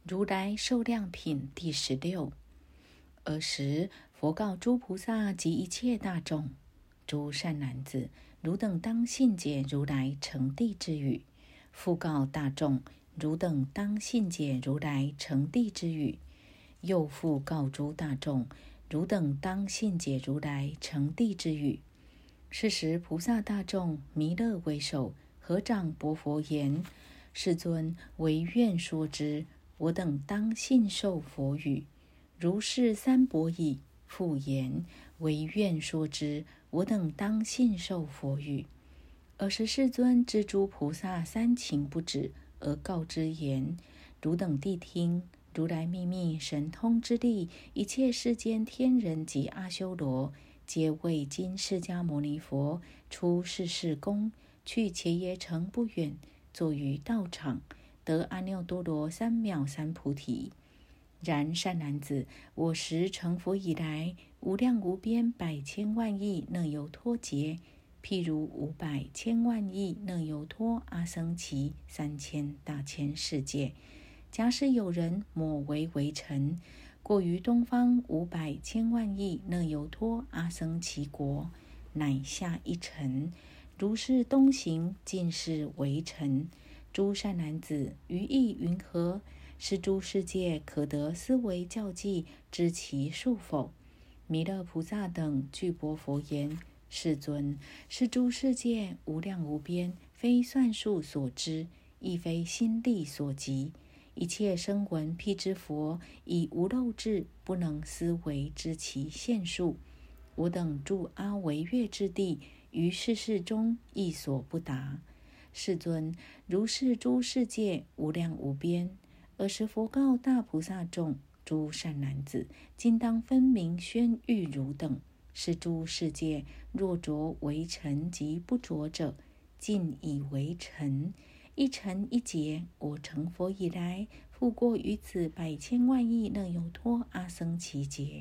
如来寿量品第16。尔时，佛告诸菩萨及一切大众：诸善男子，汝等当信解如来成地之语。复告大众：汝等当信解如来成地之语。又复告诸大众：汝等当信解如来成地之语。是时，菩萨大众弥勒为首，合掌薄佛言：世尊，唯愿说之，我等当信受佛语。如是三薄已。复言：唯愿说之，我等当信受佛语。尔时世尊知诸菩萨三情不止，而告之言：汝等谛听，如来秘密神通之力，一切世间天人及阿修罗，皆为今释迦牟尼佛出世事宫，去伽耶城不远，坐于道场，得阿耨多罗三藐三菩提。然善男子，我时成佛以来，无量无边百千万亿那由他劫，譬如500千万亿那由他阿僧祇3000大千世界。假使有人抹为微尘，过于东方500千万亿那由他阿僧祇国，乃下一尘。如是东行，尽是微尘。诸善男子，于意云何？是诸世界可得思维教记，知其数否？弥勒菩萨等具薄佛言：世尊，是诸世界无量无边，非算数所知，亦非心力所及。一切声闻辟支佛，以无漏智，不能思维知其限数。我等住阿惟越之地，于世事中亦所不达。世尊，如是诸世界无量无边。尔时佛告大菩萨众：诸善男子，今当分明宣喻汝等：是诸世界若着为尘及不着者，尽以为尘。一尘一劫，我成佛以来，复过于此100千万亿那由他阿僧祇劫。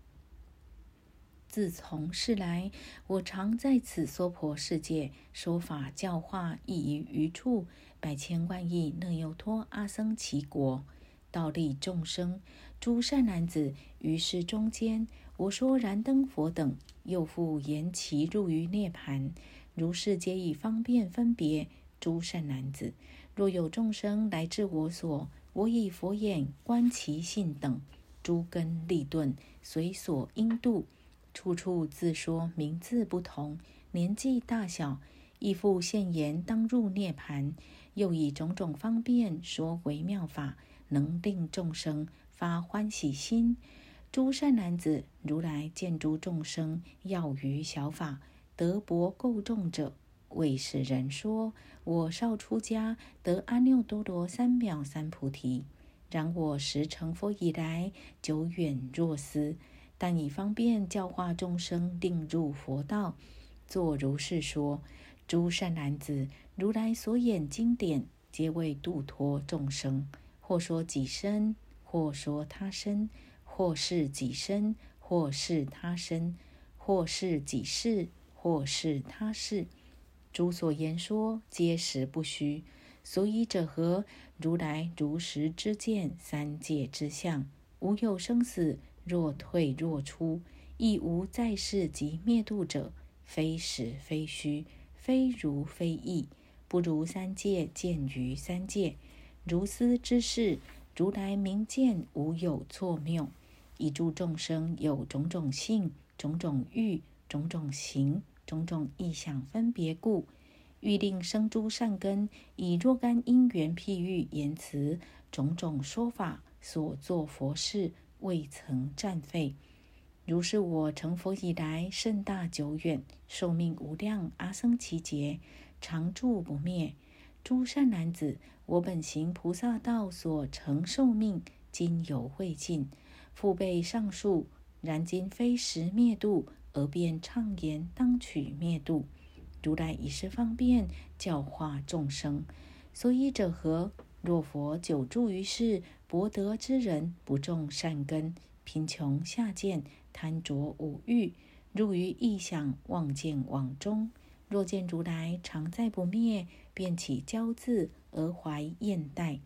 自从世来，我常在此娑婆世界说法教化，亦于余处100千万亿那由他阿僧祇国，道利众生。诸善男子，于是中间，我说燃灯佛等，又复言其入于涅槃。如是皆以方便分别。诸善男子，若有众生来至我所，我以佛眼观其性等，诸根利钝，随所应度。处处自说名字不同，年纪大小，亦复现言当入涅槃。又以种种方便说微妙法，能令众生发欢喜心。诸善男子，如来见诸众生要于小法，得薄垢重者，为使人说：我少出家，得阿耨多罗三藐三菩提。然我时成佛以来，久远若斯。但以方便教化众生，令入佛道，作如是说：诸善男子，如来所演经典，皆为度脱众生，或说己身，或说他身，或是己身，或是他身，或是己事，或是他事。诸所言说，皆实不虚。所以者何？如来如实知见三界之相，无有生死，若退若出，亦无在世及灭度者，非实非虚，非如非异，不如三界见于三界。如斯之事，如来明见无有错谬。以诸众生有种种性、种种欲、种种行、种种意想分别故，欲令生诸善根，以若干因缘譬喻言辞，种种说法，所作佛事，未曾暂废。如是我成佛以来，甚大久远，寿命无量阿僧祇劫，常住不灭。诸善男子，我本行菩萨道所成寿命，今有未尽，复备上述。然今非时灭度，而便畅言当取灭度。如来以是方便教化众生。所以者何？若佛久住于世，博得之人不种善根，贫穷下贱，贪着五欲，入于臆想妄见网中。若见如来常在不灭，便起骄恣而怀厌怠，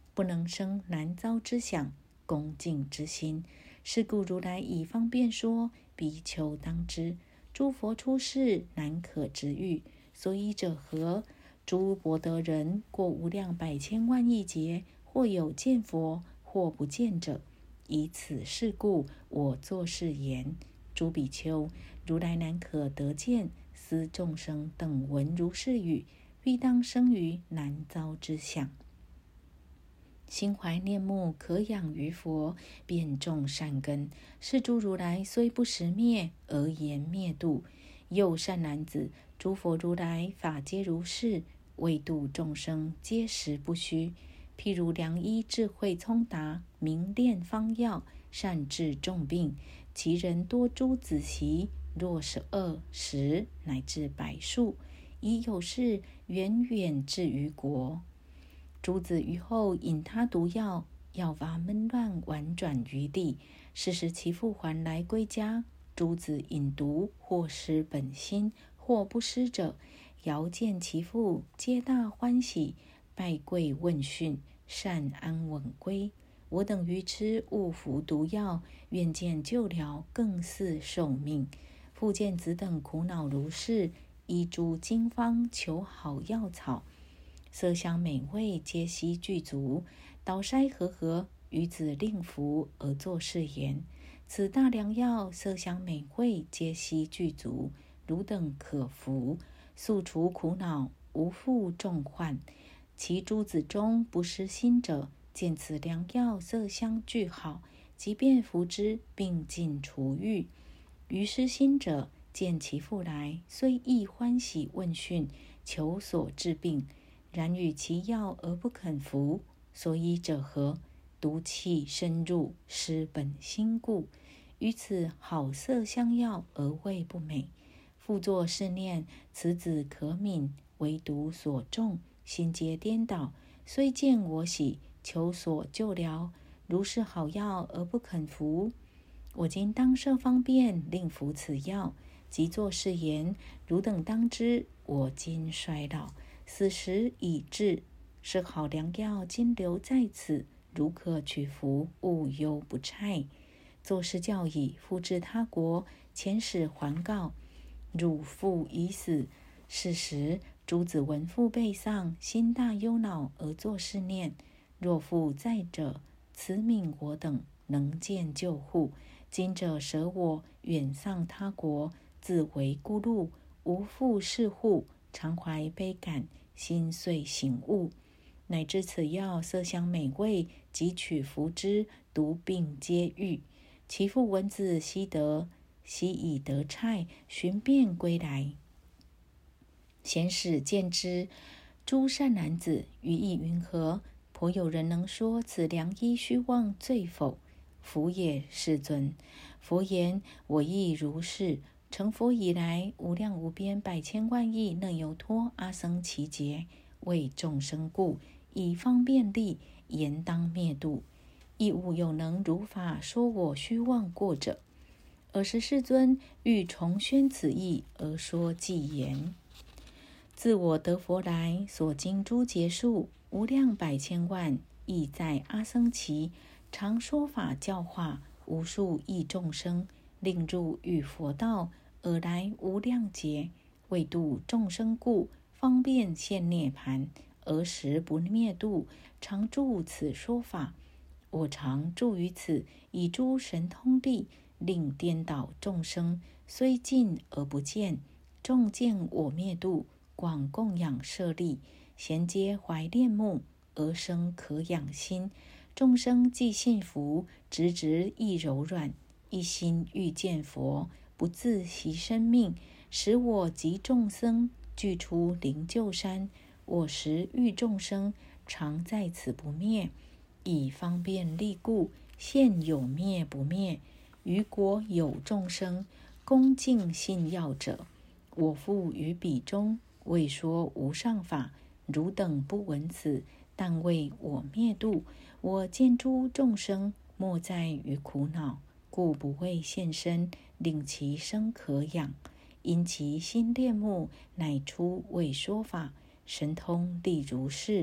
不能生难遭之想，恭敬之心。是故如来以方便说，比丘当知。诸佛出世，难可知喻。所以者何？诸博得人过无量百千万亿劫，或有见佛，或不见者。以此事故，我作是言：诸比丘，如来难可得见，思众生等闻如是语，必当生于难遭之想。心怀念慕，可养于佛，便种善根。是诸如来虽不实灭，而言灭度。又善男子，诸佛如来法皆如是，为度众生，皆实不虚。譬如良医智慧聪达，明炼方药，善治重病。其人多诸子息，若12、10乃至100数，已有事远远至于国。诸子于后引他毒药，药发闷乱，婉转于地。是时其父还来归家，诸子饮毒，或失本心，或不失者，遥见其父，皆大欢喜，拜跪问讯，善安稳归。我等愚痴，误服毒药，愿见救疗，更似受命。复见子等苦恼如是，依诸经方求好药草，色香美味皆悉具足。导筛和合，于子令服，而作是言：此大良药，色香美味皆悉具足，汝等可服，速除苦恼，无复重患。其诸子中不失心者，见此良药色香俱好，即便服之，病尽除愈。于失心者，见其父来，虽亦欢喜问讯，求所治病，然与其药而不肯服。所以者何？毒气深入，失本心故。于此好色香药而味不美。复作是念：此子可悯，唯毒所中，心皆颠倒。虽见我喜，求所救疗，如是好药而不肯服。我今当设方便，令服此药。即作是言：汝等当知，我今衰老，死时已至。是好良药，今留在此，汝可取服，勿忧不差。作是教已，复至他国，遣使还告：汝父已死。是时，诸子闻父被丧，心大忧恼，而作是念：若父在者，慈悯我等，能见救护。今者舍我，远丧他国，自为孤路，无复侍护，常怀悲感，心遂醒悟。乃知此药色香美味，即取服之，毒病皆愈。其父闻子悉已得差，寻遍归来。遣使见之，诸善男子，于意云何？颇有人能说此良医虚妄罪否？夫也，世尊。佛言：我亦如是。成佛以来，无量无边百千万亿那由他阿僧祇劫，为众生故，以方便力，言当灭度。亦无有能如法说我虚妄过者。尔时世尊欲重宣此义，而说偈言：自我得佛来，所经诸劫数，无量百千万亿在阿僧祇，常说法教化无数亿众生，令入于佛道，尔来无量劫，为度众生故，方便现涅盘，而时不灭度，常住此说法。我常住于此，以诸神通力，令颠倒众生，虽尽而不见，众见我灭度，广供养舍利，咸皆怀恋慕，而生可养心。众生既信服，直直亦柔软，一心欲见佛，不自惜生命，使我及众僧俱出灵鹫山。我时欲众生，常在此不灭，以方便力故，现有灭不灭。于国有众生，恭敬信要者，我复于彼中，为说无上法。汝等不闻此，但为我灭度。我见诸众生，莫在于苦恼，故不为现身，令其生可养。因其心恋慕，乃出为说法。神通力如是，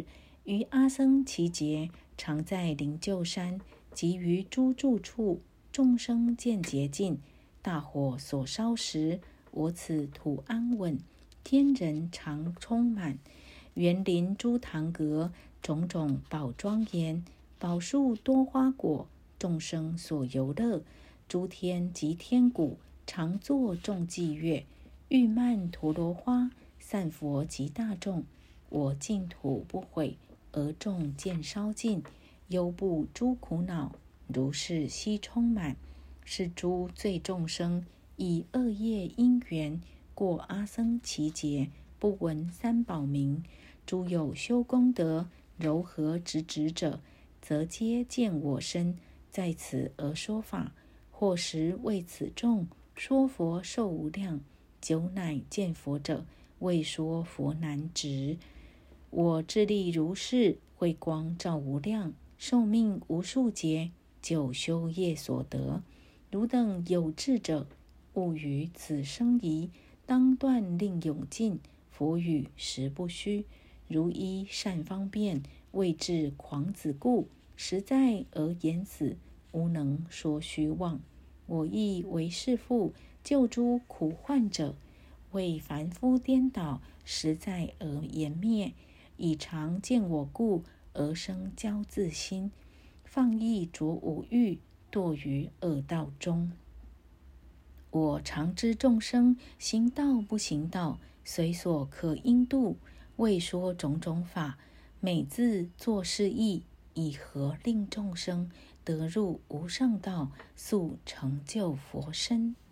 于阿僧祇劫，常在灵鹫山及于诸住处，众生见洁净，大火所烧时，我此土安稳，天人常充满。园林诸堂阁，种种宝庄严，宝树多花果，众生所游乐。诸天及天鼓，常作众伎乐。玉曼陀罗花，散佛及大众。我净土不毁，而众见烧尽。忧怖诸苦恼，如是悉充满。是诸罪众生，以恶业因缘，过阿僧祇劫，不闻三宝名。诸有修功德，柔和直直者，则皆见我身，在此而说法。或时为此众说佛寿无量，久乃见佛者，未说佛难值。我智力如是，慧光照无量，寿命无数劫，久修业所得。汝等有智者，勿于此生疑，当断令永尽。佛语实不虚，如依善方便，未至狂子故，实在而言此，无能说虚妄。我亦为是父，救诸苦患者，为凡夫颠倒，实在而言灭。以常见我故，而生骄自心，放逸着五欲，堕于恶道中。我常知众生行道不行道，随所可应度，为说种种法，每自作是义，以何令众生得入无上道，速成就佛身。